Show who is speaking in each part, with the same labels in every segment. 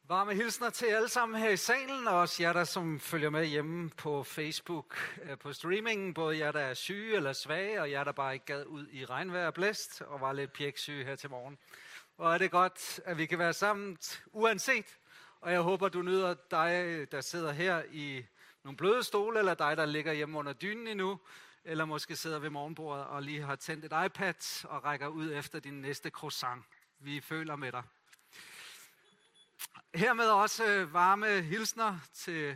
Speaker 1: Varme hilsner til alle sammen her i salen, og også jer, der som følger med hjemme på Facebook på streamingen. Både jer, der er syge eller svage, og jer, der bare ikke gad ud i regnvejr og blæst, og var lidt pjeksyge her til morgen. Og er det godt, at vi kan være sammen uanset. Og jeg håber, du nyder dig, der sidder her i nogle bløde stole, eller dig, der ligger hjemme under dynen endnu, eller måske sidder ved morgenbordet og lige har tændt et iPad og rækker ud efter din næste croissant. Vi føler med dig. Hermed også varme hilsner til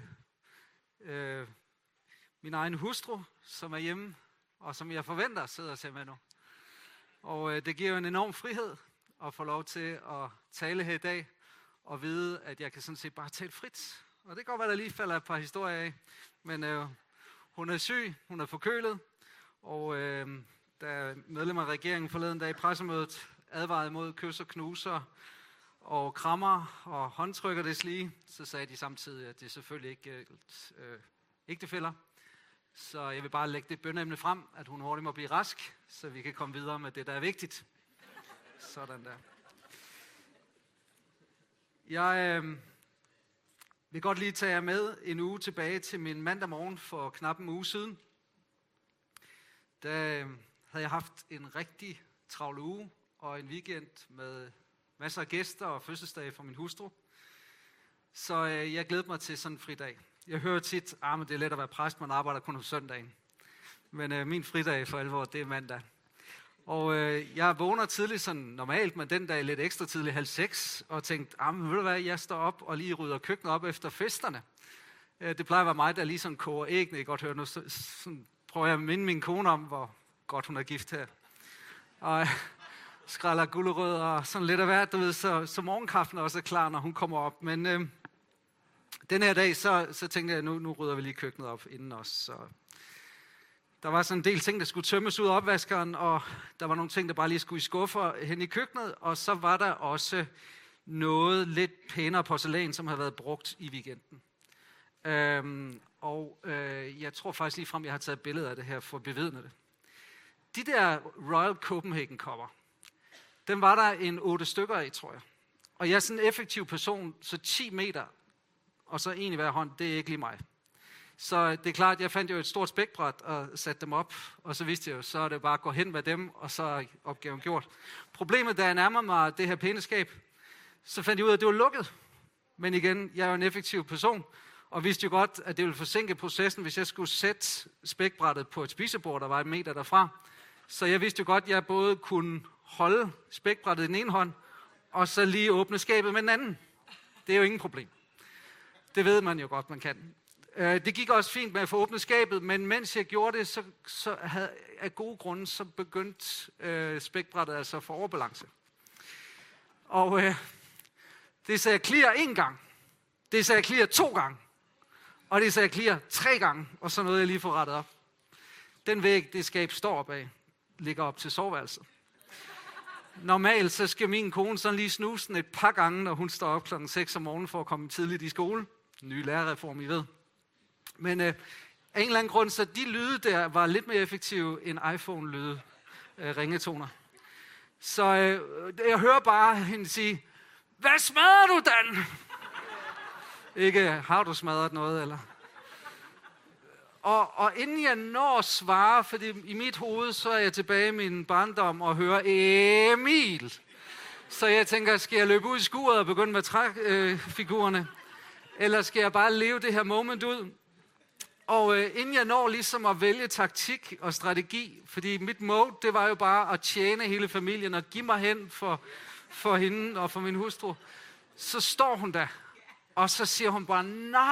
Speaker 1: min egen hustru, som er hjemme, og som jeg forventer sidder til med nu. Og det giver jo en enorm frihed at få lov til at tale her i dag, og vide, at jeg kan sådan set bare tale frit. Og det kan godt være, der lige falder et par historier af, men hun er syg, hun er forkølet, og da medlemmer af regeringen forleden dag i pressemødet advarede mod kys og knuser, og krammer og håndtrykker deslige, så sagde de samtidig, at det selvfølgelig ikke ægtefæller. Så jeg vil bare lægge det bønneemne frem, at hun hurtigt må blive rask, så vi kan komme videre med det, der er vigtigt. Sådan der. Jeg vil godt lige tage jer med en uge tilbage til min mandag morgen for knap en uge siden. Da havde jeg haft en rigtig travl uge og en weekend med masser af gæster og fødselsdage for min hustru. Så jeg glæder mig til sådan en fridag. Jeg hører tit, men det er let at være præst, man arbejder kun om søndagen. Men min fridag for alvor, det er mandag. Og jeg vågner tidligt sådan normalt, men den dag lidt ekstra tidligt, 5:30, og tænkte, ved du hvad, jeg står op og lige rydder køkkenet op efter festerne. Det plejer at være mig, der lige sådan koger æggene. I godt høre nu, sådan prøver jeg at minde min kone om, hvor godt hun er gift her. Og skræller gulerødder og sådan lidt af hvert, du ved, så morgenkaffen også er klar, når hun kommer op. Men den her dag, så tænkte jeg, nu rydder vi lige køkkenet op inden os. Så der var sådan en del ting, der skulle tømmes ud af opvaskeren, og der var nogle ting, der bare lige skulle i skuffer hen i køkkenet, og så var der også noget lidt pænere porcelæn, som havde været brugt i weekenden. Jeg tror faktisk lige frem, jeg har taget billeder af det her for at bevidne det. De der Royal Copenhagen-kopper, den var der en 8 stykker af, tror jeg. Og jeg er sådan en effektiv person, så 10 meter, og så en i hver hånd, det er ikke lige mig. Så det er klart, jeg fandt jo et stort spækbræt og satte dem op, og så vidste jeg jo, så er det bare at gå hen med dem, og så er opgaven gjort. Problemet, da jeg nærmede mig det her pæne skab, så fandt jeg ud af, at det var lukket. Men igen, jeg er jo en effektiv person, og vidste jo godt, at det ville forsinke processen, hvis jeg skulle sætte spækbrættet på et spisebord, der var 1 meter derfra. Så jeg vidste jo godt, at jeg både kunne holde spækbrættet i den ene hånd, og så lige åbne skabet med den anden. Det er jo ingen problem. Det ved man jo godt, man kan. Det gik også fint med at få åbnet skabet, men mens jeg gjorde det, så havde af gode grunde, så begyndte spækbrættet altså at få overbalance. Og det sagde jeg clear 1 gang, det sagde jeg clear 2 gange, og det sagde jeg clear 3 gange, og så nåede jeg lige få rettet op. Den væg, det skab står op af, ligger op til soveværelset. Normalt så skal min kone sådan lige snuse den et par gange, når hun står op klokken 6 om morgenen for at komme tidligt i skole. Ny lærerreform, I ved. Men af en eller anden grund, så de lyde der var lidt mere effektive end iPhone-lyde, ringetoner. Så jeg hører bare hende sige, hvad smadrer du, Dan? Ikke, har du smadret noget, eller? Og inden jeg når at svare, fordi i mit hoved, så er jeg tilbage i min barndom og hører Emil. Så jeg tænker, skal jeg løbe ud i skuret og begynde med træfigurerne? Eller skal jeg bare leve det her moment ud? Og inden jeg når ligesom at vælge taktik og strategi, fordi mit mode, det var jo bare at tjene hele familien og give mig hen for hende og for min hustru, så står hun der, og så siger hun bare,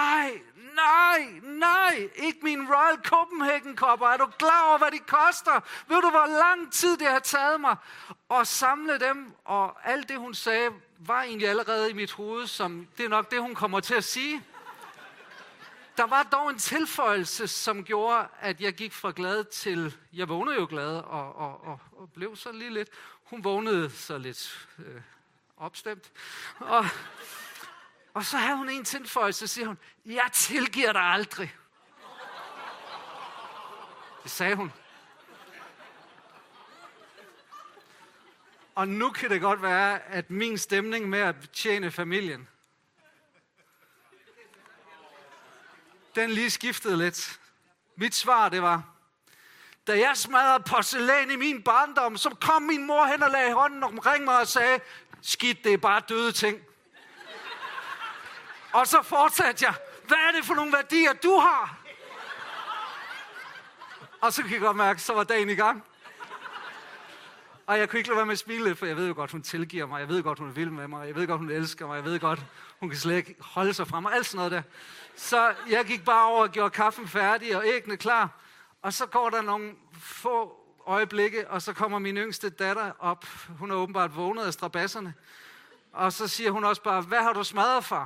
Speaker 1: nej, ikke min Royal Copenhagen-kopper. Er du klar over, hvad de koster? Ved du, hvor lang tid det har taget mig at samle dem? Og alt det, hun sagde, var egentlig allerede i mit hoved, som det er nok det, hun kommer til at sige. Der var dog en tilføjelse, som gjorde, at jeg gik fra glad til, jeg vågnede jo glad og blev så lige lidt. Hun vågnede så lidt opstemt. Og så havde hun en tilføjelse, så siger hun, jeg tilgiver dig aldrig. Det sagde hun. Og nu kan det godt være, at min stemning med at tjene familien, Den lige skiftede lidt. Mit svar, det var, da jeg smadrede porcelæn i min barndom, så kom min mor hen og lagde hånden omkring mig og sagde, skidt, det er bare døde ting. Og så fortsatte jeg, hvad er det for nogle værdier, du har? Og så kan jeg godt mærke, så var dagen i gang. Og jeg kunne ikke lade være med at smile lidt, for jeg ved jo godt, hun tilgiver mig. Jeg ved godt, hun vil med mig. Jeg ved godt, hun elsker mig. Jeg ved godt, hun kan slet ikke holde sig fra mig. Alt sådan noget der. Så jeg gik bare over og gjorde kaffen færdig og æggene klar. Og så går der nogle få øjeblikke, og så kommer min yngste datter op. Hun er åbenbart vågnet af strabasserne. Og så siger hun også bare, hvad har du smadret, far?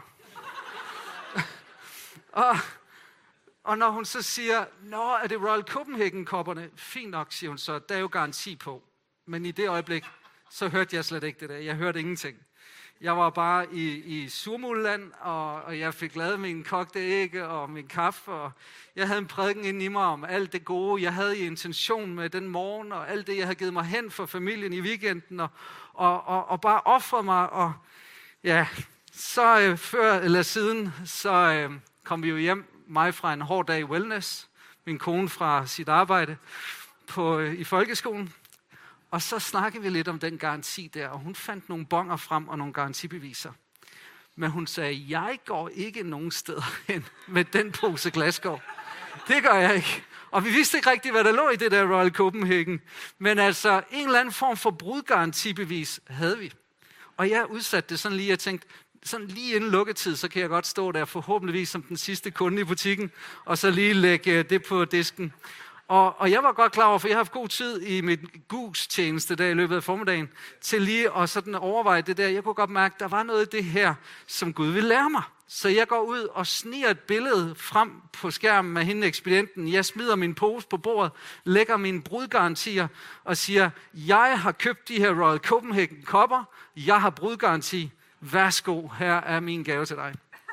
Speaker 1: Og når hun så siger, nå, er det Royal Copenhagen-kopperne? Fint nok, siger hun så, der er jo garanti på. Men i det øjeblik, så hørte jeg slet ikke det der. Jeg hørte ingenting. Jeg var bare i surmulland, og jeg fik lavet min kogte æg og min kaffe, og jeg havde en prædiken inde i mig om alt det gode, jeg havde i intention med den morgen, og alt det, jeg havde givet mig hen for familien i weekenden, og bare offret mig, og ja, så før eller siden, så kom vi jo hjem, mig fra en hård dag i wellness, min kone fra sit arbejde i folkeskolen. Og så snakkede vi lidt om den garanti der, og hun fandt nogle bonger frem og nogle garantibeviser. Men hun sagde, jeg går ikke nogen steder hen med den pose Glasgow. Det gør jeg ikke. Og vi vidste ikke rigtigt, hvad der lå i det der Royal Copenhagen. Men altså, en eller anden form for brudgarantibevis havde vi. Og jeg udsatte det sådan lige, jeg tænkte, sådan lige inden lukketid, så kan jeg godt stå der forhåbentligvis som den sidste kunde i butikken, og så lige lægge det på disken. Og jeg var godt klar over, for jeg har haft god tid i mit GUS-tjeneste der i løbet af formiddagen, til lige at sådan overveje det der. Jeg kunne godt mærke, at der var noget af det her, som Gud ville lære mig. Så jeg går ud og sniger et billede frem på skærmen med hende ekspedienten. Jeg smider min pose på bordet, lægger mine brudgarantier og siger, jeg har købt de her Royal Copenhagen kopper, jeg har brudgaranti, værsgo, her er min gave til dig.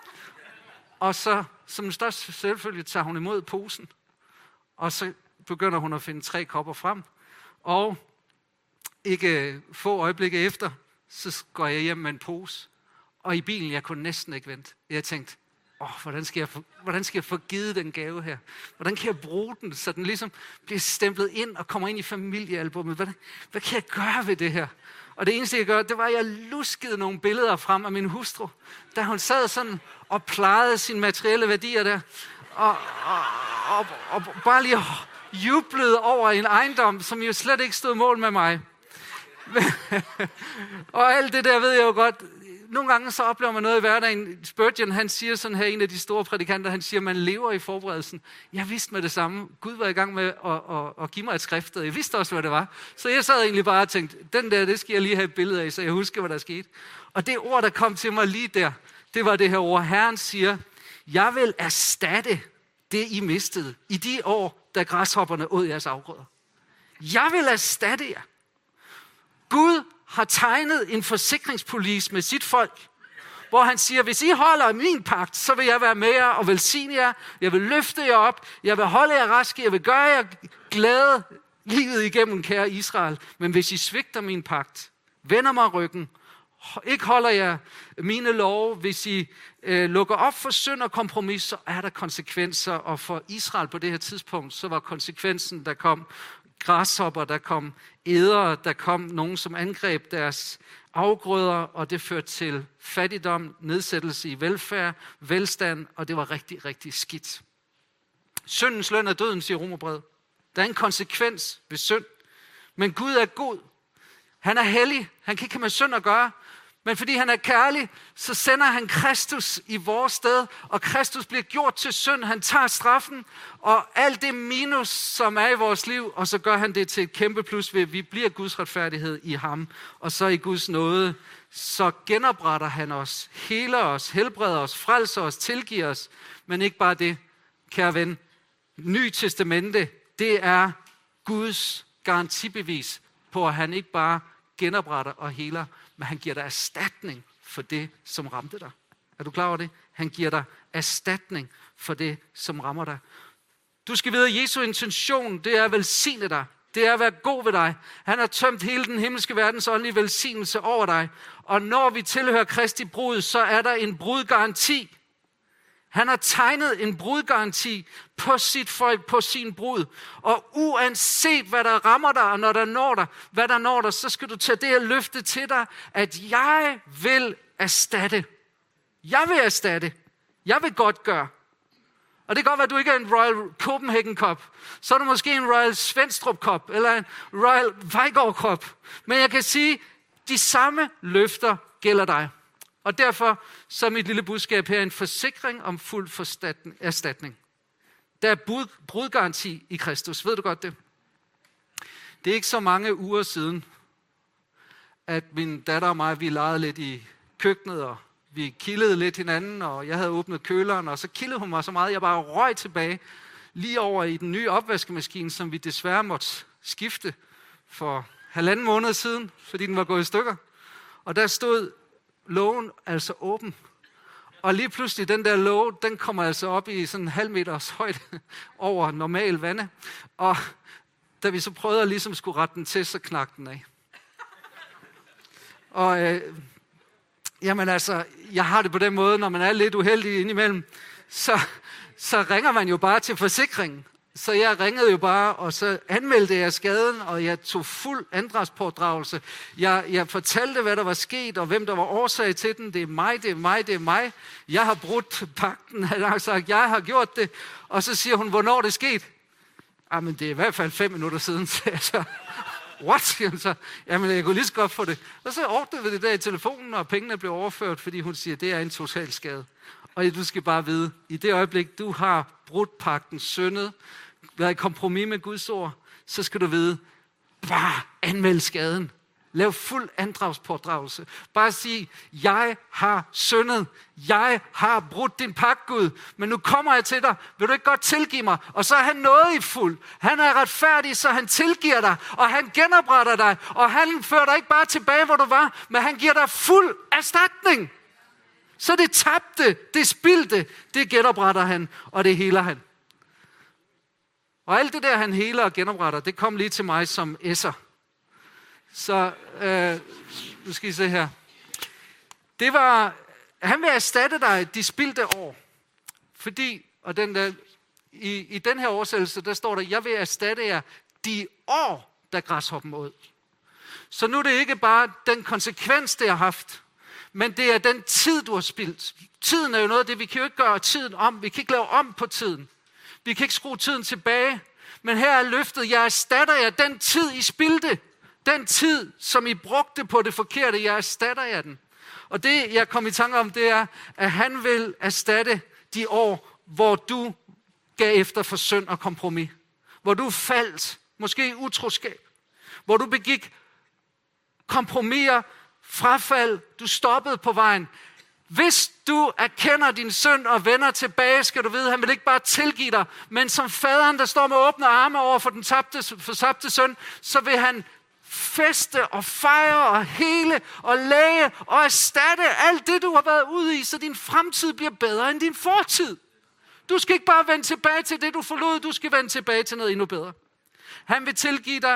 Speaker 1: Og så, som den største selvfølge, tager hun imod posen. Og så begynder hun at finde 3 kopper frem. Og ikke få øjeblikke efter, så går jeg hjem med en pose. Og i bilen, jeg kunne næsten ikke vente. Jeg tænkte, hvordan skal jeg få givet den gave her? Hvordan kan jeg bruge den, så den ligesom bliver stemplet ind og kommer ind i familiealbummet? Hvad kan jeg gøre ved det her? Og det eneste, jeg gør, det var, at jeg luskede nogle billeder frem af min hustru, da hun sad sådan og plejede sine materielle værdier der. Og bare lige jublede over en ejendom, som jo slet ikke stod mål med mig. Og alt det der ved jeg jo godt. Nogle gange så oplever man noget i hverdagen. Spurgeon, han siger sådan her, en af de store prædikanter, han siger, man lever i forberedelsen. Jeg vidste med det samme. Gud var i gang med at give mig et skrift, og jeg vidste også, hvad det var. Så jeg sad egentlig bare og tænkte, den der, det skal jeg lige have et billede af, så jeg husker, hvad der skete. Og det ord, der kom til mig lige der, det var det her ord. Herren siger, jeg vil erstatte det, I mistede i de år, da græshopperne åd jeres afgrøder. Jeg vil erstatte jer. Gud har tegnet en forsikringspolice med sit folk, hvor han siger, hvis I holder min pagt, så vil jeg være med jer og velsigne jer. Jeg vil løfte jer op. Jeg vil holde jer raske. Jeg vil gøre jer glade livet igennem, kære Israel. Men hvis I svigter min pagt, vender mig ryggen, ikke holder jer mine love, hvis I lukker op for synd og kompromis, så er der konsekvenser. Og for Israel på det her tidspunkt, så var konsekvensen, der kom græshopper, der kom ædere, der kom nogen, som angreb deres afgrøder, og det førte til fattigdom, nedsættelse i velfærd, velstand, og det var rigtig, rigtig skidt. Syndens løn er døden, siger Romerbrevet. Der er en konsekvens ved synd. Men Gud er god. Han er hellig. Han kan ikke have med synd at gøre. Men fordi han er kærlig, så sender han Kristus i vores sted, og Kristus bliver gjort til synd. Han tager straffen og alt det minus, som er i vores liv, og så gør han det til et kæmpe plus ved, at vi bliver Guds retfærdighed i ham. Og så i Guds nåde, så genopretter han os, heler os, helbreder os, frelser os, tilgiver os. Men ikke bare det, kære ven. Ny testamente, det er Guds garantibevis på, at han ikke bare genopretter og heler, men han giver dig erstatning for det, som ramte dig. Er du klar over det? Han giver dig erstatning for det, som rammer dig. Du skal vide, at Jesu intention, det er at velsigne dig. Det er at være god ved dig. Han har tømt hele den himmelske verdens åndelige velsignelse over dig. Og når vi tilhører Kristi brud, så er der en brudgaranti. Han har tegnet en brudgaranti på sit folk, på sin brud. Og uanset hvad der rammer dig, og når der når dig, hvad der når dig, så skal du tage det her løfte til dig, at jeg vil erstatte. Jeg vil erstatte. Jeg vil godt gøre. Og det kan godt være, at du ikke er en Royal Copenhagen Cup. Så er du måske en Royal Svenstrup Cup, eller en Royal Vejgaard Cup. Men jeg kan sige, de samme løfter gælder dig. Og derfor så er mit lille budskab her en forsikring om fuld erstatning. Der er brudgaranti i Kristus. Ved du godt det? Det er ikke så mange uger siden, at min datter og mig, vi legede lidt i køkkenet, og vi kildede lidt hinanden, og jeg havde åbnet køleren, og så kildede hun mig så meget, jeg bare røg tilbage lige over i den nye opvaskemaskine, som vi desværre måtte skifte for 1,5 måned siden, fordi den var gået i stykker. Og der stod lågen altså åben. Og lige pludselig, den der låge, den kommer altså op i sådan 0,5 meters højde over normal vande. Og da vi så prøvede at ligesom skulle rette den til, så knakte den af. Og jamen altså, jeg har det på den måde, når man er lidt uheldig indimellem, så ringer man jo bare til forsikringen. Så jeg ringede jo bare, og så anmeldte jeg skaden, og jeg tog fuld andragspådragelse. Jeg fortalte, hvad der var sket, og hvem der var årsag til den. Det er mig, det er mig, det er mig. Jeg har brudt pagten, han har sagt, jeg har gjort det. Og så siger hun, hvornår det er sket? Jamen, det er i hvert fald 5 minutter siden, så jeg så, what? Jamen, jeg kunne lige så godt få det. Og så ordnede vi det der i telefonen, og pengene blev overført, fordi hun siger, det er en total skade. Og du skal bare vide, i det øjeblik, du har brudt pagten, syndet, været i kompromis med Guds ord, så skal du vide, bare anmeld skaden. Lav fuld andragspådragelse. Bare sig, jeg har syndet. Jeg har brudt din pagt, Gud. Men nu kommer jeg til dig. Vil du ikke godt tilgive mig? Og så er han nået i fuld. Han er retfærdig, så han tilgiver dig. Og han genopretter dig. Og han fører dig ikke bare tilbage, hvor du var, men han giver dig fuld erstatning. Så det tabte, det spildte, det genopretter han, og det heler han. Og alt det der, han heler og genopretter, det kom lige til mig som esser. Så, nu skal I se her. Det var, han vil erstatte dig de spildte år. Fordi, og den der, i den her oversættelse, der står der, jeg vil erstatte jer de år, der græshoppen åd. Så nu er det ikke bare den konsekvens, det har haft, men det er den tid, du har spildt. Tiden er jo noget af det, vi kan jo ikke gøre tiden om. Vi kan ikke lave om på tiden. Vi kan ikke skrue tiden tilbage. Men her er løftet, jeg erstatter jer den tid, I spildte. Den tid, som I brugte på det forkerte, jeg erstatter jer den. Og det, jeg kom i tanke om, det er, at han vil erstatte de år, hvor du gav efter for synd og kompromis. Hvor du faldt, måske i utroskab. Hvor du begik kompromiser, frafald, du stoppede på vejen. Hvis du erkender din synd og vender tilbage, skal du vide, at han vil ikke bare tilgive dig, men som faderen, der står med åbne arme over for den tabte søn, så vil han feste og fejre og hele og læge og erstatte alt det, du har været ude i, så din fremtid bliver bedre end din fortid. Du skal ikke bare vende tilbage til det, du forlod, du skal vende tilbage til noget endnu bedre. Han vil tilgive dig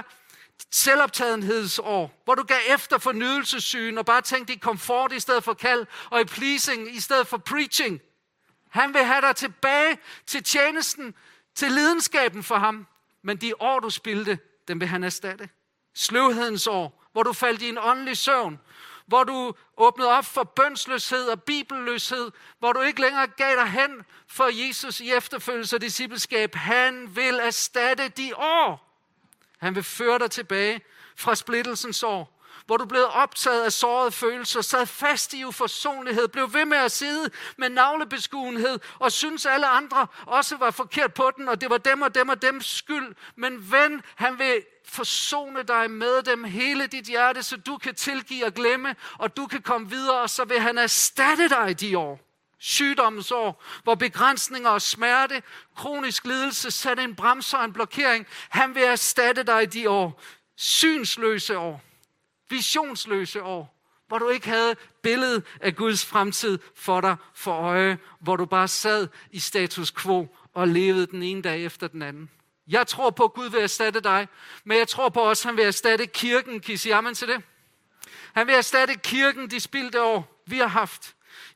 Speaker 1: selvoptagenhedsår, hvor du gav efter for nydelsessyn og bare tænkte i komfort i stedet for kald, og i pleasing i stedet for preaching. Han vil have dig tilbage til tjenesten, til lidenskaben for ham. Men de år, du spildte, dem vil han erstatte. Sløvhedens år, hvor du faldt i en åndelig søvn, hvor du åbnede op for bønsløshed og bibelløshed, hvor du ikke længere gav dig hen for Jesus i efterfølgelse og discipleskab. Han vil erstatte de år. Han vil føre dig tilbage fra splittelsens år, hvor du blev optaget af sårede følelser, sad fast i uforsonlighed, blev ved med at sidde med navlebeskuenhed og synes alle andre også var forkert på den, og det var dem og dem og dems skyld. Men ven, han vil forsone dig med dem hele dit hjerte, så du kan tilgive og glemme, og du kan komme videre, og så vil han erstatte dig i de år. Sygdommens år, hvor begrænsninger og smerte, kronisk lidelse satte en bremser og en blokering. Han vil erstatte dig i de år. Synsløse år, visionsløse år, hvor du ikke havde billedet af Guds fremtid for dig for øje, hvor du bare sad i status quo og levede den ene dag efter den anden. Jeg tror på, at Gud vil erstatte dig, men jeg tror på også, at han vil erstatte kirken. Kan I sige amen til det? Han vil erstatte kirken de spildte år, vi har haft.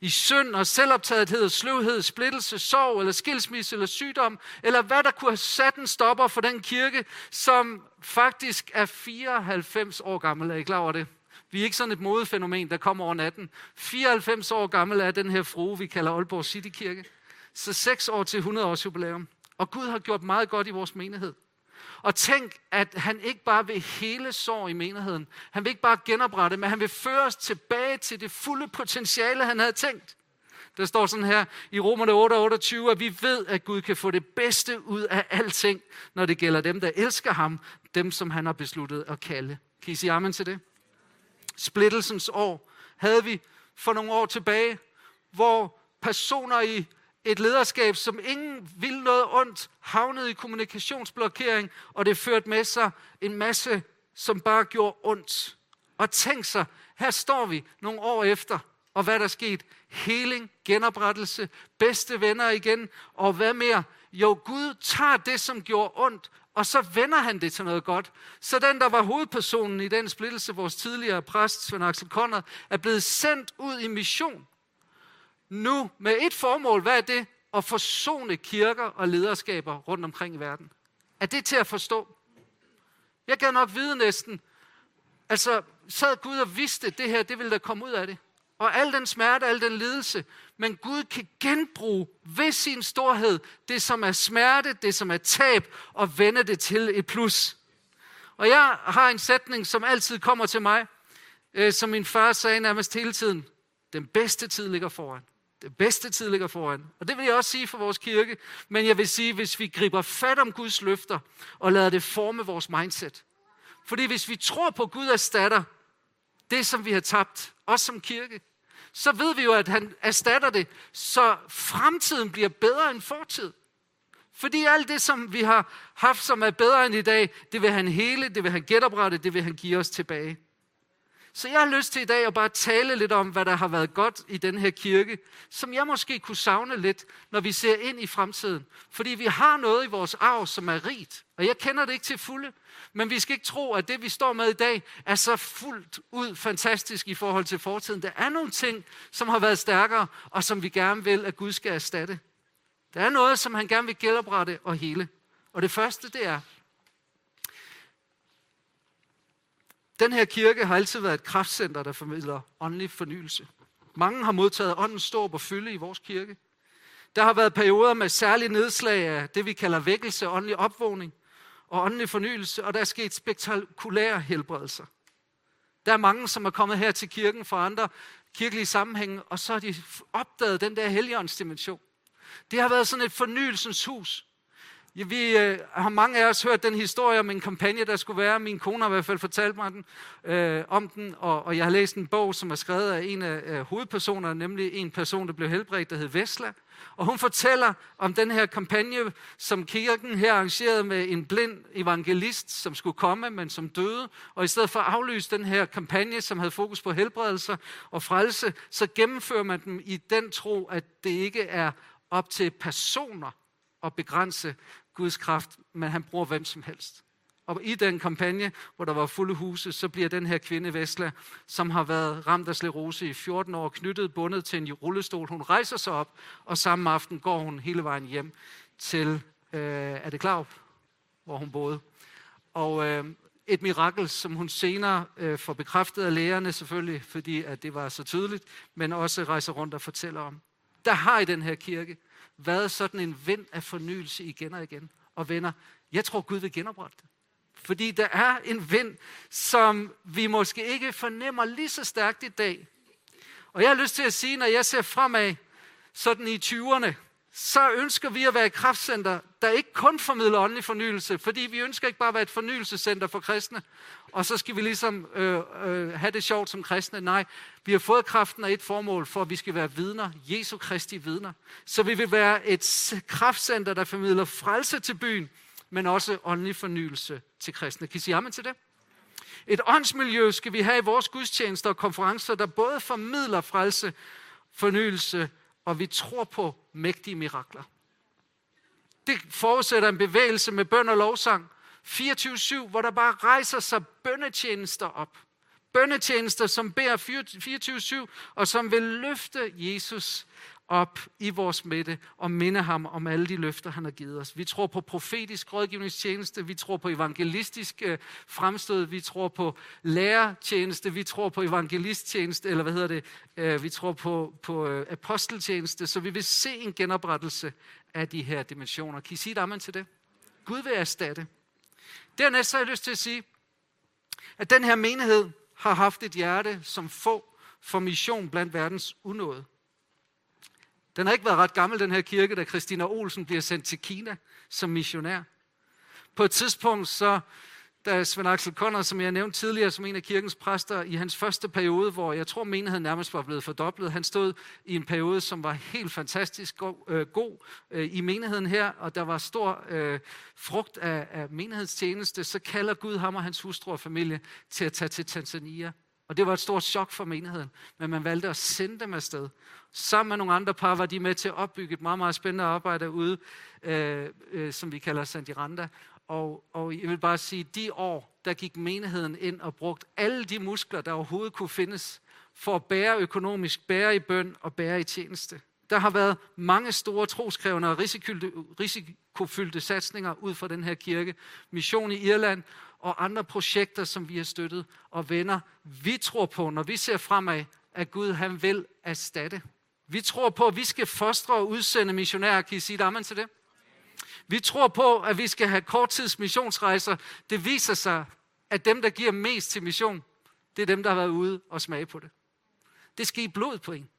Speaker 1: i synd og selvoptagethed og sløvhed, splittelse, sorg eller skilsmisse eller sygdom, eller hvad der kunne have sat en stopper for den kirke, som faktisk er 94 år gammel. Er I klar over det? Vi er ikke sådan et modefænomen, der kommer over natten. 94 år gammel er den her frue, vi kalder Aalborg City Kirke. Så 6 år til 100 års jubilæum. Og Gud har gjort meget godt i vores menighed. Og tænk, at han ikke bare vil hele sår i menigheden. Han vil ikke bare genoprette, men han vil føre os tilbage til det fulde potentiale, han havde tænkt. Der står sådan her i Romerne 8:28, at vi ved, at Gud kan få det bedste ud af alting, når det gælder dem, der elsker ham, dem, som han har besluttet at kalde. Kan I sige amen til det? Splittelsens år havde vi for nogle år tilbage, hvor personer i et lederskab, som ingen ville noget ondt, havnede i kommunikationsblokering, og det førte med sig en masse, som bare gjorde ondt. Og tænk sig, her står vi nogle år efter, og hvad der skete? Heling, genoprettelse, bedste venner igen, og hvad mere? Jo, Gud tager det, som gjorde ondt, og så vender han det til noget godt. Så den, der var hovedpersonen i den splittelse, vores tidligere præst, Svend Axel Conrad, er blevet sendt ud i mission. Nu med et formål, hvad er det? At forsone kirker og lederskaber rundt omkring i verden. Er det til at forstå? Jeg kan nok vide næsten, altså sad Gud og vidste, det her, det ville der komme ud af det. Og al den smerte, al den lidelse, men Gud kan genbruge ved sin storhed det, som er smerte, det, som er tab, og vende det til et plus. Og jeg har en sætning, som altid kommer til mig, som min far sagde nærmest hele tiden. Den bedste tid ligger foran. Den bedste tid ligger foran. Og det vil jeg også sige for vores kirke. Men jeg vil sige, hvis vi griber fat om Guds løfter, og lader det forme vores mindset. Fordi hvis vi tror på, at Gud erstatter det, som vi har tabt, også som kirke, så ved vi jo, at han erstatter det, så fremtiden bliver bedre end fortid. Fordi alt det, som vi har haft, som er bedre end i dag, det vil han hele, det vil han genoprette, det vil han give os tilbage. Så jeg har lyst til i dag at bare tale lidt om, hvad der har været godt i den her kirke, som jeg måske kunne savne lidt, når vi ser ind i fremtiden. Fordi vi har noget i vores arv, som er rigt, og jeg kender det ikke til fulde. Men vi skal ikke tro, at det, vi står med i dag, er så fuldt ud fantastisk i forhold til fortiden. Der er nogle ting, som har været stærkere, og som vi gerne vil, at Gud skal erstatte. Der er noget, som han gerne vil genoprette og hele. Og det første, det er, den her kirke har altid været et kraftcenter, der formidler åndelig fornyelse. Mange har modtaget åndens ståb og fylde i vores kirke. Der har været perioder med særlige nedslag af det, vi kalder vækkelse, åndelig opvågning og åndelig fornyelse, og der er sket spektakulære helbredelser. Der er mange, som er kommet her til kirken fra andre kirkelige sammenhænge, og så har de opdaget den der helligåndsdimension. Det har været sådan et fornyelsens hus. Ja, vi har mange af os hørt den historie om en kampagne, der skulle være. Min kone har i hvert fald fortalt mig om den, og jeg har læst en bog, som er skrevet af en af hovedpersonerne, nemlig en person, der blev helbredt, der hed Vesla. Og hun fortæller om den her kampagne, som kirken her arrangerede med en blind evangelist, som skulle komme, men som døde. Og i stedet for at aflyse den her kampagne, som havde fokus på helbredelse og frelse, så gennemfører man dem i den tro, at det ikke er op til personer at begrænse Guds kraft, men han bruger hvem som helst. Og i den kampagne, hvor der var fulde huse, så bliver den her kvinde Vesla, som har været ramt af sklerose i 14 år, knyttet, bundet til en rullestol. Hun rejser sig op, og samme aften går hun hele vejen hjem til, er det Klarup, hvor hun boede. Og et mirakel, som hun senere får bekræftet af lægerne selvfølgelig, fordi at det var så tydeligt, men også rejser rundt og fortæller om. Der har i den her kirke været sådan en vind af fornyelse igen og igen. Og venner, jeg tror Gud vil genoprette det. Fordi der er en vind, som vi måske ikke fornemmer lige så stærkt i dag. Og jeg har lyst til at sige, når jeg ser fremad, sådan i 20'erne, så ønsker vi at være et kraftcenter, der ikke kun formidler åndelig fornyelse, fordi vi ønsker ikke bare at være et fornyelsescenter for kristne, og så skal vi ligesom have det sjovt som kristne. Nej, vi har fået kraften af et formål, for at vi skal være vidner, Jesu Kristi vidner. Så vi vil være et kraftcenter, der formidler frelse til byen, men også åndelig fornyelse til kristne. Kan I sige amen til det? Et åndsmiljø skal vi have i vores gudstjenester og konferencer, der både formidler frelse, fornyelse, og vi tror på mægtige mirakler. Det forudsætter en bevægelse med bøn og lovsang. 24/7, hvor der bare rejser sig bønnetjenester op. bønnetjenester, som beder 24/7, og som vil løfte Jesus op i vores midte og minde ham om alle de løfter, han har givet os. Vi tror på profetisk rådgivningstjeneste, vi tror på evangelistisk fremstød, vi tror på lærertjeneste, vi tror på evangelisttjeneste, vi tror på aposteltjeneste, så vi vil se en genoprettelse af de her dimensioner. Kan I sige et amen til det? Gud vil erstatte. Dernæst så har jeg lyst til at sige, at den her menighed har haft et hjerte som få for mission blandt verdens unåede. Den har ikke været ret gammel, den her kirke, da Christina Olsen bliver sendt til Kina som missionær. På et tidspunkt, så da Svend Axel Conner, som jeg nævnte tidligere, som en af kirkens præster, i hans første periode, hvor jeg tror, menigheden nærmest var blevet fordoblet, han stod i en periode, som var helt fantastisk god i menigheden her, og der var stor frugt af menighedstjeneste, så kalder Gud ham og hans hustru og familie til at tage til Tanzania. Og det var et stort chok for menigheden, men man valgte at sende dem afsted. Sammen med nogle andre par var de med til at opbygge et meget, meget spændende arbejde ude, som vi kalder Sandiranda. Og jeg vil bare sige, de år, der gik menigheden ind og brugte alle de muskler, der overhovedet kunne findes, for at bære økonomisk, bære i bøn og bære i tjeneste. Der har været mange store troskrævende og risikofyldte satsninger ud fra den her kirke. Mission i Irland og andre projekter, som vi har støttet. Og venner, vi tror på, når vi ser fremad, at Gud han vil erstatte. Vi tror på, at vi skal fostre og udsende missionærer. Kan I sige et amen til det? Vi tror på, at vi skal have korttids missionsrejser. Det viser sig, at dem, der giver mest til mission, det er dem, der har været ude og smage på det. Det skal i blod på en.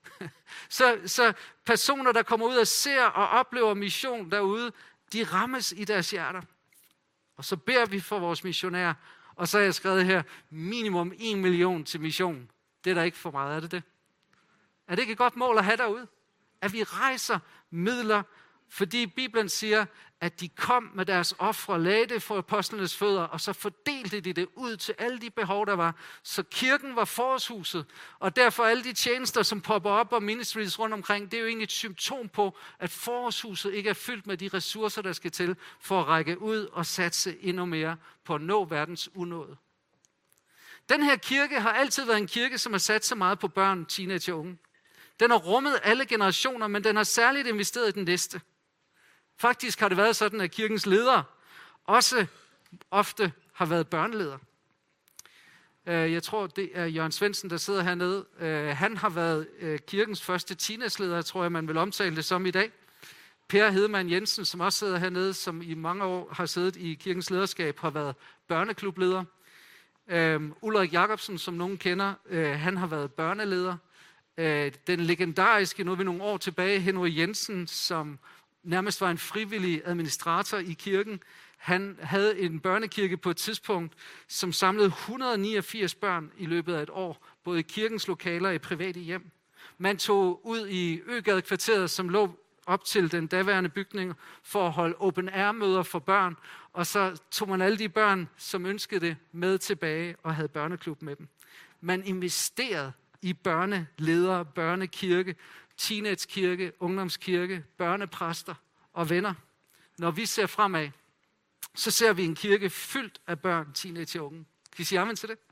Speaker 1: Så personer, der kommer ud og ser og oplever mission derude, de rammes i deres hjerter. Og så beder vi for vores missionærer, og så har jeg skrevet her, minimum 1 million til mission. Det er der ikke for meget, er det det? Er det ikke et godt mål at have derude? At vi rejser midler, fordi Bibelen siger, at de kom med deres ofre, lagde det for apostlenes fødder, og så fordelte de det ud til alle de behov, der var. Så kirken var forårshuset, og derfor alle de tjenester, som popper op og ministries rundt omkring, det er jo egentlig et symptom på, at forårshuset ikke er fyldt med de ressourcer, der skal til for at række ud og satse endnu mere på at nå verdens unåde. Den her kirke har altid været en kirke, som har sat så meget på børn, teenager og unge. Den har rummet alle generationer, men den har særligt investeret i den næste. Faktisk har det været sådan, at kirkens ledere også ofte har været børneledere. Jeg tror, det er Jørgen Svendsen, der sidder hernede. Han har været kirkens første teenageleder, tror jeg, man vil omtale det som i dag. Per Hedemann Jensen, som også sidder hernede, som i mange år har siddet i kirkens lederskab, har været børneklubleder. Ulrik Jacobsen, som nogen kender, han har været børneleder. Den legendariske, nu er vi nogle år tilbage, Henry Jensen, som nærmest var en frivillig administrator i kirken. Han havde en børnekirke på et tidspunkt, som samlede 189 børn i løbet af et år, både i kirkens lokaler og i private hjem. Man tog ud i Øgadekvarteret, som lå op til den daværende bygning, for at holde open air møder for børn, og så tog man alle de børn, som ønskede det, med tilbage og havde børneklub med dem. Man investerede i børneledere, børnekirke, teenagekirke, ungdomskirke, børnepræster og venner. Når vi ser fremad, så ser vi en kirke fyldt af børn, teenager og unge. Kan I sige amen til det?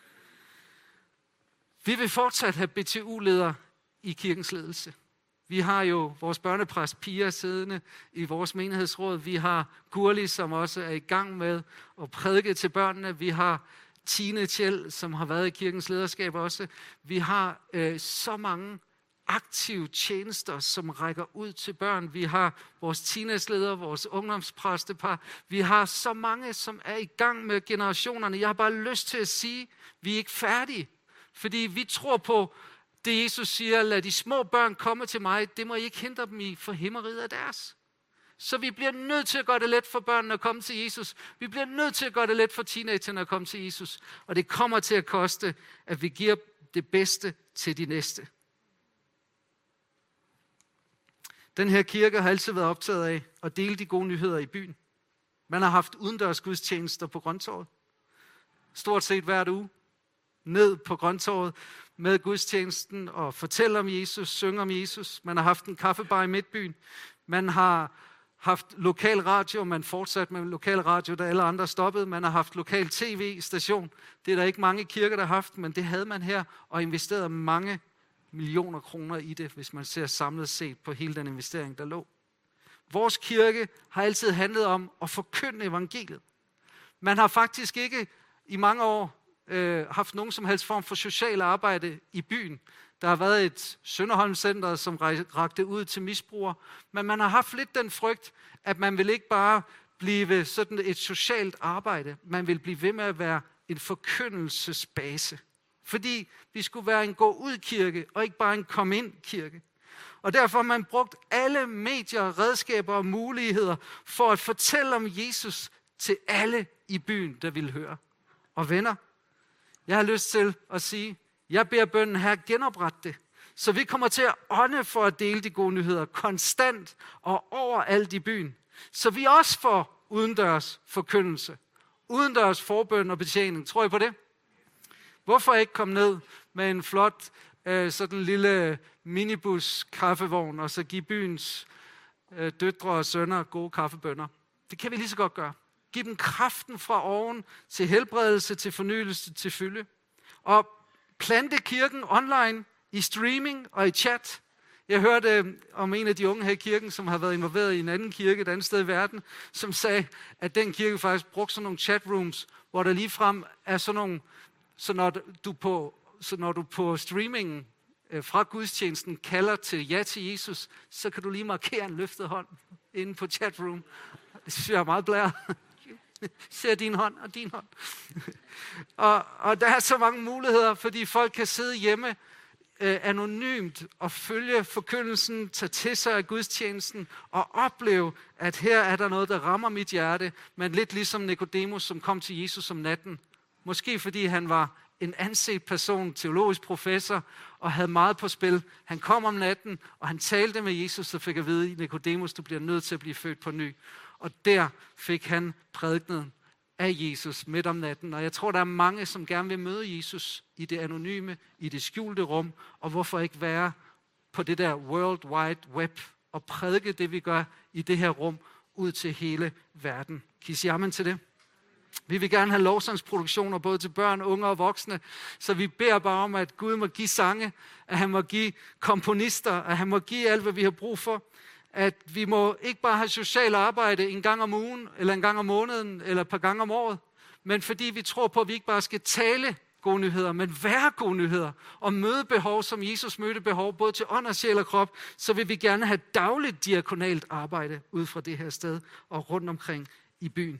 Speaker 1: Vi vil fortsat have BTU-ledere i kirkens ledelse. Vi har jo vores børnepræst Pia siddende i vores menighedsråd. Vi har Gurli, som også er i gang med at prædike til børnene. Vi har Tine Tjell, som har været i kirkens lederskab også. Vi har så mange aktive tjenester, som rækker ud til børn. Vi har vores teenageledere, vores ungdomspræstepar. Vi har så mange, som er i gang med generationerne. Jeg har bare lyst til at sige, at vi er ikke færdige. Fordi vi tror på det, Jesus siger, lad de små børn komme til mig. Det må I ikke hindre dem i, for himmeriget er deres. Så vi bliver nødt til at gøre det let for børnene at komme til Jesus. Vi bliver nødt til at gøre det let for teenagerne at komme til Jesus. Og det kommer til at koste, at vi giver det bedste til de næste. Den her kirke har altid været optaget af at dele de gode nyheder i byen. Man har haft udendørs gudstjenester på Grøntorvet. Stort set hver uge. Ned på Grøntorvet med gudstjenesten og fortælle om Jesus, synge om Jesus. Man har haft en kaffebar i Midtbyen. Man har haft lokal radio, man fortsatte med lokal radio, da alle andre stoppede. Man har haft lokal tv-station. Det er der ikke mange kirker, der har haft, men det havde man her, og investeret mange millioner kroner i det, hvis man ser samlet set på hele den investering, der lå. Vores kirke har altid handlet om at forkynde evangeliet. Man har faktisk ikke i mange år haft nogen som helst form for social arbejde i byen. Der har været et Sønderholm-center, som rakte ud til misbrugere, men man har haft lidt den frygt, at man vil ikke bare blive sådan et socialt arbejde, man vil blive ved med at være en forkyndelsesbase. Fordi vi skulle være en gå-ud-kirke, og ikke bare en kom-ind-kirke. Og derfor har man brugt alle medier, redskaber og muligheder for at fortælle om Jesus til alle i byen, der vil høre. Og venner, jeg har lyst til at sige, jeg beder bønnen her, genopret det, så vi kommer til at ånde for at dele de gode nyheder konstant og overalt i byen. Så vi også får udendørs forkyndelse, udendørs forbøn og betjening. Tror I på det? Hvorfor ikke komme ned med en flot sådan en lille minibus kaffevogn, og så give byens døtre og sønner gode kaffebønner? Det kan vi lige så godt gøre. Giv dem kraften fra oven til helbredelse, til fornyelse, til fylde. Og plante kirken online, i streaming og i chat. Jeg hørte om en af de unge her i kirken, som har været involveret i en anden kirke et andet sted i verden, som sagde, at den kirke faktisk brugte sådan nogle chatrooms, hvor der ligefrem er sådan nogle, så når du på streamingen fra gudstjenesten kalder til ja til Jesus, så kan du lige markere en løftet hånd inde på chatroom. Det synes jeg er meget blære. Ser din hånd og din hånd. og der er så mange muligheder, fordi folk kan sidde hjemme anonymt og følge forkyndelsen, tage til sig af gudstjenesten og opleve, at her er der noget, der rammer mit hjerte, men lidt ligesom Nikodemus, som kom til Jesus om natten. Måske fordi han var en anset person, teologisk professor, og havde meget på spil. Han kom om natten, og han talte med Jesus, og fik at vide, Nikodemus, du bliver nødt til at blive født på ny. Og der fik han prædiknet af Jesus midt om natten. Og jeg tror, der er mange, som gerne vil møde Jesus i det anonyme, i det skjulte rum. Og hvorfor ikke være på det der World Wide Web og prædike det, vi gør i det her rum, ud til hele verden. Kan I sige amen til det? Vi vil gerne have lovsangsproduktioner, både til børn, unge og voksne, så vi beder bare om, at Gud må give sange, at han må give komponister, at han må give alt, hvad vi har brug for. At vi må ikke bare have socialt arbejde en gang om ugen, eller en gang om måneden, eller et par gange om året, men fordi vi tror på, at vi ikke bare skal tale gode nyheder, men være gode nyheder, og møde behov, som Jesus mødte behov, både til ånd og sjæl og krop, så vil vi gerne have dagligt diakonalt arbejde ud fra det her sted, og rundt omkring i byen.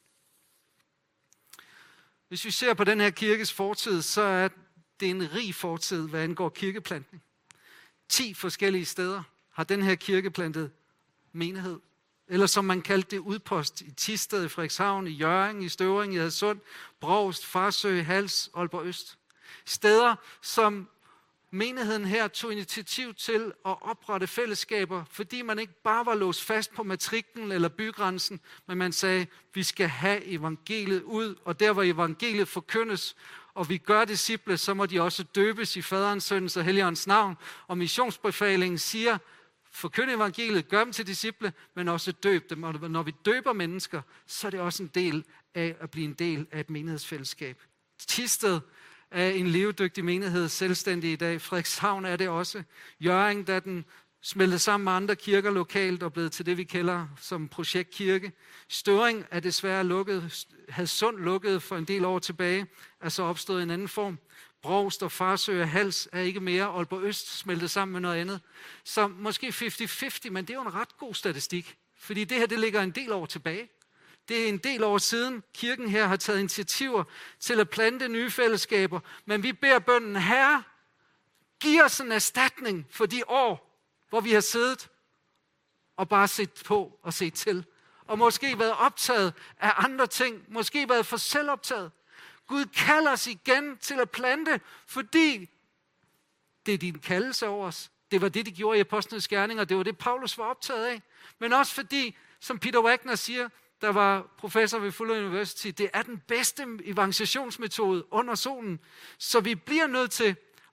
Speaker 1: Hvis vi ser på den her kirkes fortid, så er det en rig fortid, hvad angår kirkeplantning. 10 forskellige steder har den her kirke plantet menighed. Eller som man kaldte det, udpost i Thisted, i Frederikshavn, i Hjørring, i Støvring, i Hadsund, Brovst, Farsø, Hals, Aalborg Øst. Steder, som menigheden her tog initiativ til at oprette fællesskaber, fordi man ikke bare var låst fast på matriklen eller bygrænsen, men man sagde, vi skal have evangeliet ud, og der hvor evangeliet forkyndes, og vi gør disciple, så må de også døbes i Faderens, Søndens og Helligåndens navn. Og missionsbefalingen siger, forkynd evangeliet, gør dem til disciple, men også døb dem. Og når vi døber mennesker, så er det også en del af at blive en del af et menighedsfællesskab. Thisted er en levedygtig menighed, selvstændig i dag. Frederikshavn er det også. Hjørring, da den smeltede sammen med andre kirker lokalt og blevet til det, vi kalder som projektkirke. Støvring er desværre lukket. Hadsund lukket for en del år tilbage, er så opstået en anden form. Brovst og Farsø og Hals er ikke mere. Aalborg Øst smeltet sammen med noget andet. Så måske 50-50, men det er jo en ret god statistik. Fordi det her, det ligger en del år tilbage. Det er en del år siden, kirken her har taget initiativer til at plante nye fællesskaber. Men vi beder bønnen, Herre, giv os en erstatning for de år, hvor vi har siddet og bare set på og set til. Og måske været optaget af andre ting. Måske været for selvoptaget. Gud kalder os igen til at plante, fordi det er din kaldelse over os. Det var det, de gjorde i Apostlenes Gerninger, og det var det, Paulus var optaget af. Men også fordi, som Peter Wagner siger, der var professor ved Fuller University, det er den bedste evangelisationsmetode under solen. Så vi bliver nødt til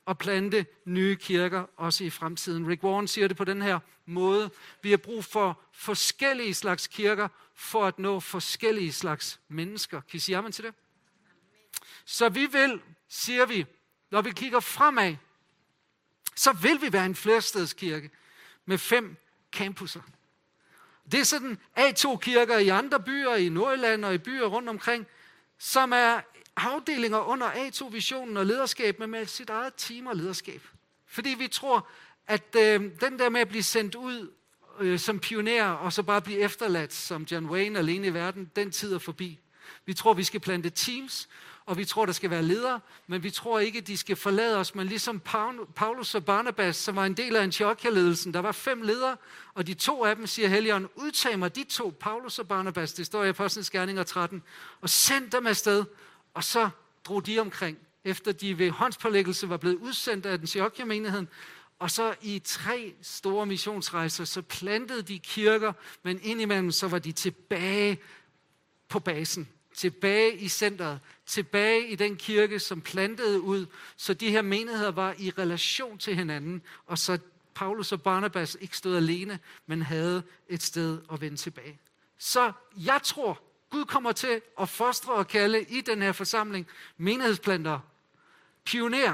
Speaker 1: at plante nye kirker, også i fremtiden. Rick Warren siger det på den her måde. Vi har brug for forskellige slags kirker, for at nå forskellige slags mennesker. Kan I sige amen til det? Så vi vil, siger vi, når vi kigger fremad, så vil vi være en flerstedskirke med 5 campusser. Det er sådan A2-kirker i andre byer, i Nordjylland og i byer rundt omkring, som er afdelinger under A2-visionen og lederskab, men med sit eget team og lederskab. Fordi vi tror, at den der med at blive sendt ud som pionerer, og så bare blive efterladt som John Wayne alene i verden, den tid er forbi. Vi tror, vi skal plante teams, og vi tror, der skal være ledere, men vi tror ikke, de skal forlade os. Men ligesom Paulus og Barnabas, som var en del af Antiochia-ledelsen, der var 5 ledere, og de 2 af dem siger Helligånden, udtag mig de 2, Paulus og Barnabas, det står i Apostlenes Gerninger 13, og send dem afsted, og så drog de omkring, efter de ved håndspålæggelse var blevet udsendt af Antiochia-menigheden, og så i 3 store missionsrejser, så plantede de kirker, men indimellem så var de tilbage på basen, tilbage i centret, tilbage i den kirke, som plantede ud, så de her menigheder var i relation til hinanden, og så Paulus og Barnabas ikke stod alene, men havde et sted at vende tilbage. Så jeg tror, Gud kommer til at fostre og kalde i den her forsamling menighedsplantere, pionerer,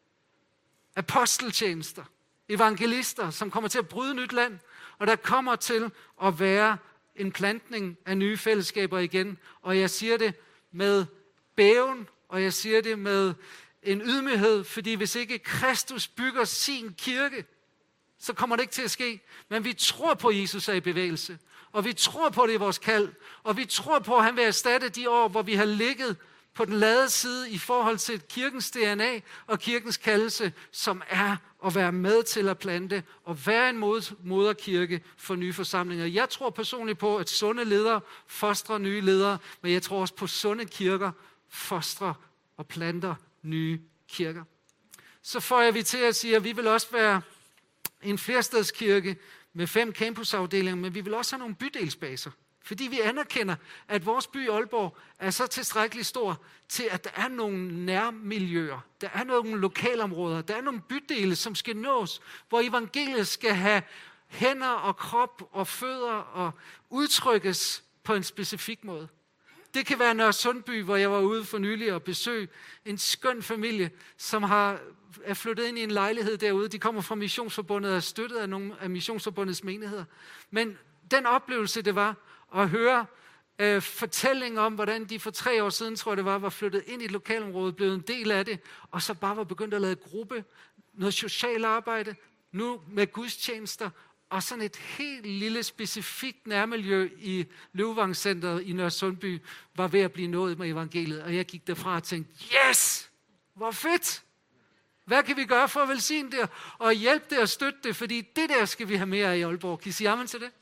Speaker 1: aposteltjenester, evangelister, som kommer til at bryde nyt land, og der kommer til at være en plantning af nye fællesskaber igen. Og jeg siger det med bæven, og jeg siger det med en ydmyghed, fordi hvis ikke Kristus bygger sin kirke, så kommer det ikke til at ske. Men vi tror på, at Jesus er i bevægelse, og vi tror på, det i vores kald, og vi tror på, at han vil erstatte de år, hvor vi har ligget på den lade side i forhold til kirkens DNA og kirkens kaldelse, som er at være med til at plante og være en moderkirke for nye forsamlinger. Jeg tror personligt på, at sunde ledere fostrer nye ledere, men jeg tror også på, at sunde kirker fostrer og planter nye kirker. Så får vi til at sige, at vi vil også være en flerstedskirke med 5 campusafdelinger, men vi vil også have nogle bydelsbaser. Fordi vi anerkender, at vores by Aalborg er så tilstrækkeligt stor til, at der er nogle nærmiljøer, der er nogle lokalområder, der er nogle bydele, som skal nås, hvor evangeliet skal have hænder og krop og fødder og udtrykkes på en specifik måde. Det kan være Nørresundby, hvor jeg var ude for nylig og besøge en skøn familie, som er flyttet ind i en lejlighed derude. De kommer fra Missionsforbundet og er støttet af nogle af Missionsforbundets menigheder. Men den oplevelse, det var at høre fortællinger om, hvordan de for 3 år siden, tror jeg det var flyttet ind i et lokalområde, blevet en del af det, og så bare var begyndt at lave gruppe, noget socialt arbejde, nu med gudstjenester, og sådan et helt lille specifikt nærmiljø i Løvevangcenteret i Nørresundby var ved at blive nået med evangeliet. Og jeg gik derfra og tænkte, yes, hvor fedt! Hvad kan vi gøre for at velsigne det og hjælpe det og støtte det? Fordi det der skal vi have mere af i Aalborg. Kan I sige amen til det?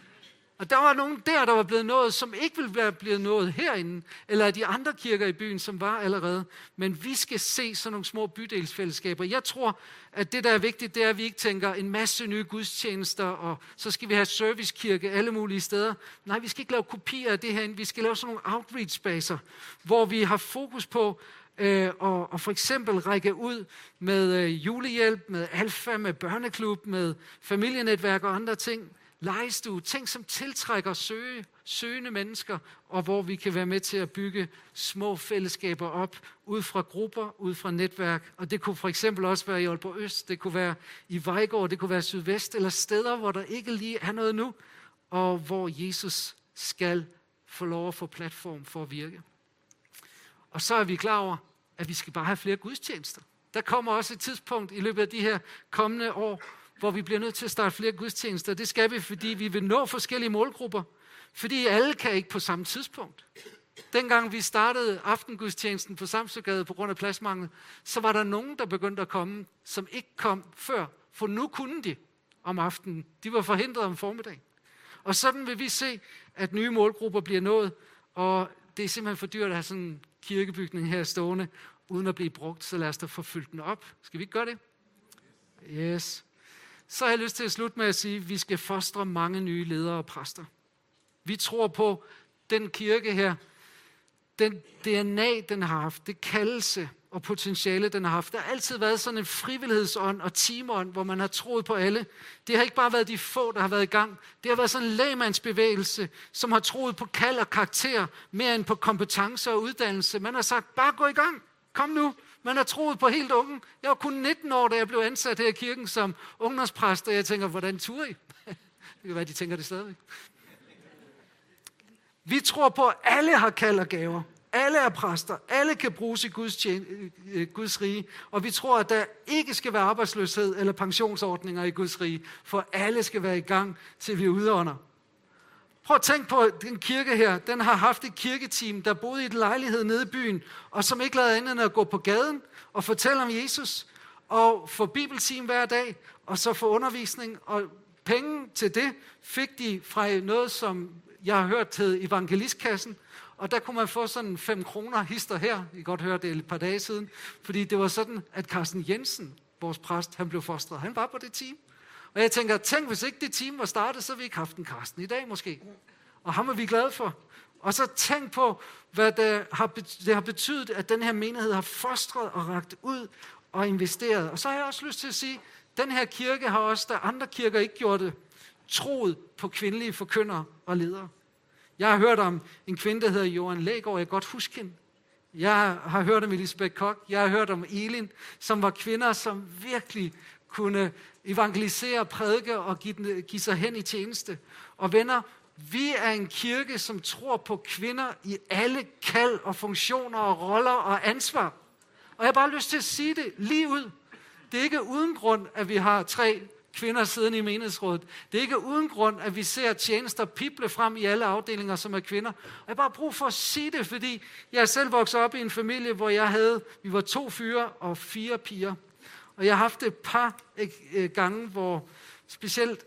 Speaker 1: Og der var nogen der var blevet nået, som ikke ville være blevet nået herinde, eller de andre kirker i byen, som var allerede. Men vi skal se sådan nogle små bydelsfællesskaber. Jeg tror, at det, der er vigtigt, det er, at vi ikke tænker en masse nye gudstjenester, og så skal vi have servicekirke alle mulige steder. Nej, vi skal ikke lave kopier af det herinde. Vi skal lave sådan nogle outreach-baser, hvor vi har fokus på og for eksempel række ud med julehjælp, med alfa, med børneklub, med familienetværk og andre ting. Legestue, ting som tiltrækker søgende mennesker, og hvor vi kan være med til at bygge små fællesskaber op, ud fra grupper, ud fra netværk. Og det kunne for eksempel også være i Aalborg Øst, det kunne være i Vejgaard, det kunne være Sydvest, eller steder, hvor der ikke lige er noget nu, og hvor Jesus skal få lov at få platform for at virke. Og så er vi klar over, at vi skal bare have flere gudstjenester. Der kommer også et tidspunkt i løbet af de her kommende år, hvor vi bliver nødt til at starte flere gudstjenester. Det skal vi, fordi vi vil nå forskellige målgrupper. Fordi alle kan ikke på samme tidspunkt. Dengang vi startede aftengudstjenesten på Samsøgade på grund af pladsmangel, så var der nogen, der begyndte at komme, som ikke kom før. For nu kunne de om aftenen. De var forhindret om formiddagen. Og sådan vil vi se, at nye målgrupper bliver nået. Og det er simpelthen for dyrt at have sådan en kirkebygning her stående, uden at blive brugt. Så lad os da få fyldt den op. Skal vi ikke gøre det? Yes. Så har jeg lyst til at slutte med at sige, at vi skal fostre mange nye ledere og præster. Vi tror på den kirke her, den DNA, den har haft, det kaldelse og potentiale, den har haft. Der har altid været sådan en frivillighedsånd og teamånd, hvor man har troet på alle. Det har ikke bare været de få, der har været i gang. Det har været sådan en lægmandsbevægelse, som har troet på kald og karakter, mere end på kompetence og uddannelse. Man har sagt, bare gå i gang. Kom nu. Man har troet på helt unge. Jeg var kun 19 år, da jeg blev ansat her i kirken som ungdomspræst, og jeg tænker, hvordan turde I? Det kan være, de tænker det stadigvæk. Vi tror på, at alle har kald og gaver. Alle er præster. Alle kan bruges i Guds rige. Og vi tror, at der ikke skal være arbejdsløshed eller pensionsordninger i Guds rige, for alle skal være i gang, til vi udånder. Prøv at tænke på, at den kirke her, den har haft et kirketeam, der boede i et lejlighed nede i byen, og som ikke lavede andet end at gå på gaden og fortælle om Jesus, og få bibelteam hver dag, og så få undervisning. Og penge til det fik de fra noget, som jeg har hørt til evangelistkassen, og der kunne man få sådan 5 kroner hister her. I kan godt høre, det er et par dage siden. Fordi det var sådan, at Carsten Jensen, vores præst, han blev fostret. Han var på det team. Og jeg tænker, tænk, hvis ikke det team var startet, så havde vi ikke haft en Carsten i dag måske. Og ham er vi glade for. Og så tænk på, hvad det har betydet, at den her menighed har fostret og rakt ud og investeret. Og så har jeg også lyst til at sige, at den her kirke har også, da andre kirker ikke gjort det, troet på kvindelige forkyndere og ledere. Jeg har hørt om en kvinde, der hedder Johan Lægaard. Jeg kan godt huske hende. Jeg har hørt om Elisabeth Koch. Jeg har hørt om Elin, som var kvinder, som virkelig kunne evangelisere, prædike og give sig hen i tjeneste. Og venner, vi er en kirke, som tror på kvinder i alle kald og funktioner og roller og ansvar. Og jeg har bare lyst til at sige det lige ud. Det er ikke uden grund, at vi har 3 kvinder siddende i menighedsrådet. Det er ikke uden grund, at vi ser tjenester pible frem i alle afdelinger, som er kvinder. Og jeg har bare brug for at sige det, fordi jeg er selv vokset op i en familie, hvor vi var 2 fyre og 4 piger. Og jeg har haft et par gange, hvor specielt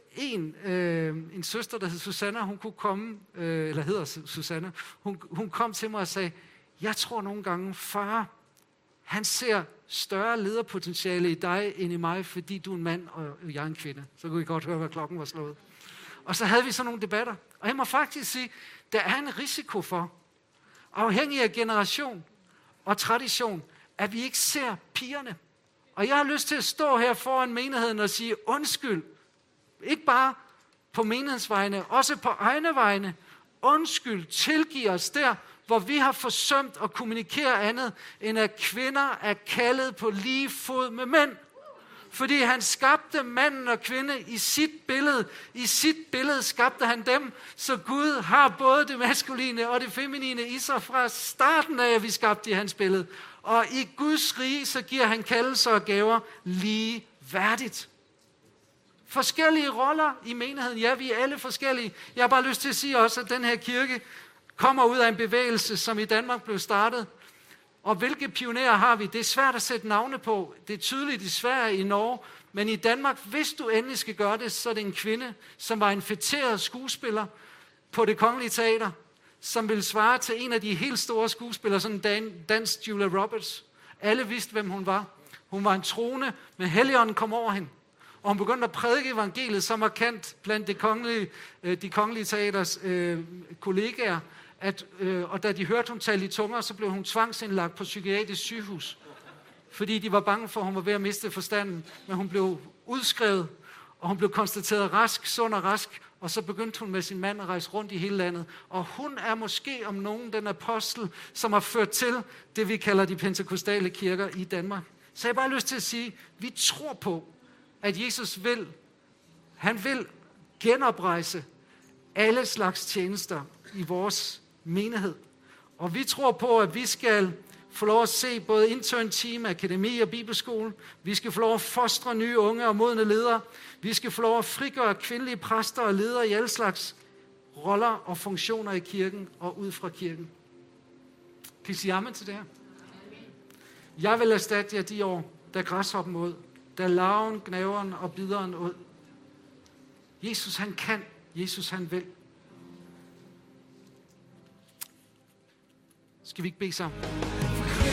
Speaker 1: en søster, der hed Susanna, hun kunne komme, eller hedder Susanna, hun kom til mig og sagde, jeg tror nogle gange, far, han ser større lederpotentiale i dig end i mig, fordi du er en mand, og jeg er en kvinde. Så kunne I godt høre, hvad klokken var slået. Og så havde vi sådan nogle debatter. Og jeg må faktisk sige, der er en risiko for, afhængig af generation og tradition, at vi ikke ser pigerne. Og jeg har lyst til at stå her foran menigheden og sige undskyld. Ikke bare på menighedsvegne, også på egne vegne. Undskyld, tilgiv os der, hvor vi har forsømt at kommunikere andet, end at kvinder er kaldet på lige fod med mænd. Fordi han skabte manden og kvinde i sit billede. I sit billede skabte han dem, så Gud har både det maskuline og det feminine i sig fra starten af, at vi skabte i hans billede. Og i Guds rige, så giver han kaldelser og gaver lige værdigt. Forskellige roller i menigheden. Ja, vi er alle forskellige. Jeg har bare lyst til at sige også, at den her kirke kommer ud af en bevægelse, som i Danmark blev startet. Og hvilke pionerer har vi? Det er svært at sætte navne på. Det er tydeligt i Sverige, i Norge. Men i Danmark, hvis du endelig skal gøre det, så er det en kvinde, som var en fætteret skuespiller på Det Kongelige Teater, som ville svare til en af de helt store skuespillere, sådan dansk Julia Roberts. Alle vidste, hvem hun var. Hun var en trone, men Helligånden kom over hende. Og hun begyndte at prædike evangeliet så markant blandt de kongelige teaters kollegaer, og da de hørte, hun talte i tunger, så blev hun tvangsindlagt på psykiatrisk sygehus. Fordi de var bange for, at hun var ved at miste forstanden. Men hun blev udskrevet, og hun blev konstateret rask, sund og rask, og så begyndte hun med sin mand at rejse rundt i hele landet. Og hun er måske om nogen den apostel, som har ført til det, vi kalder de pentekostale kirker i Danmark. Så jeg har bare lyst til at sige, vi tror på, at Jesus han vil genoprejse alle slags tjenester i vores menighed. Og vi tror på, at vi skal få lov at se både intern team, akademi og bibelskole. Vi skal få lov at fostre nye unge og modne ledere. Vi skal få lov at frigøre kvindelige præster og ledere i alle slags roller og funktioner i kirken og ud fra kirken. Kan I sige amen til det her? Jeg vil erstatte jer de år, da græshoppen ud, da larven, gnaveren og bideren ud. Jesus han kan, Jesus han vil. Skal vi ikke bede sammen?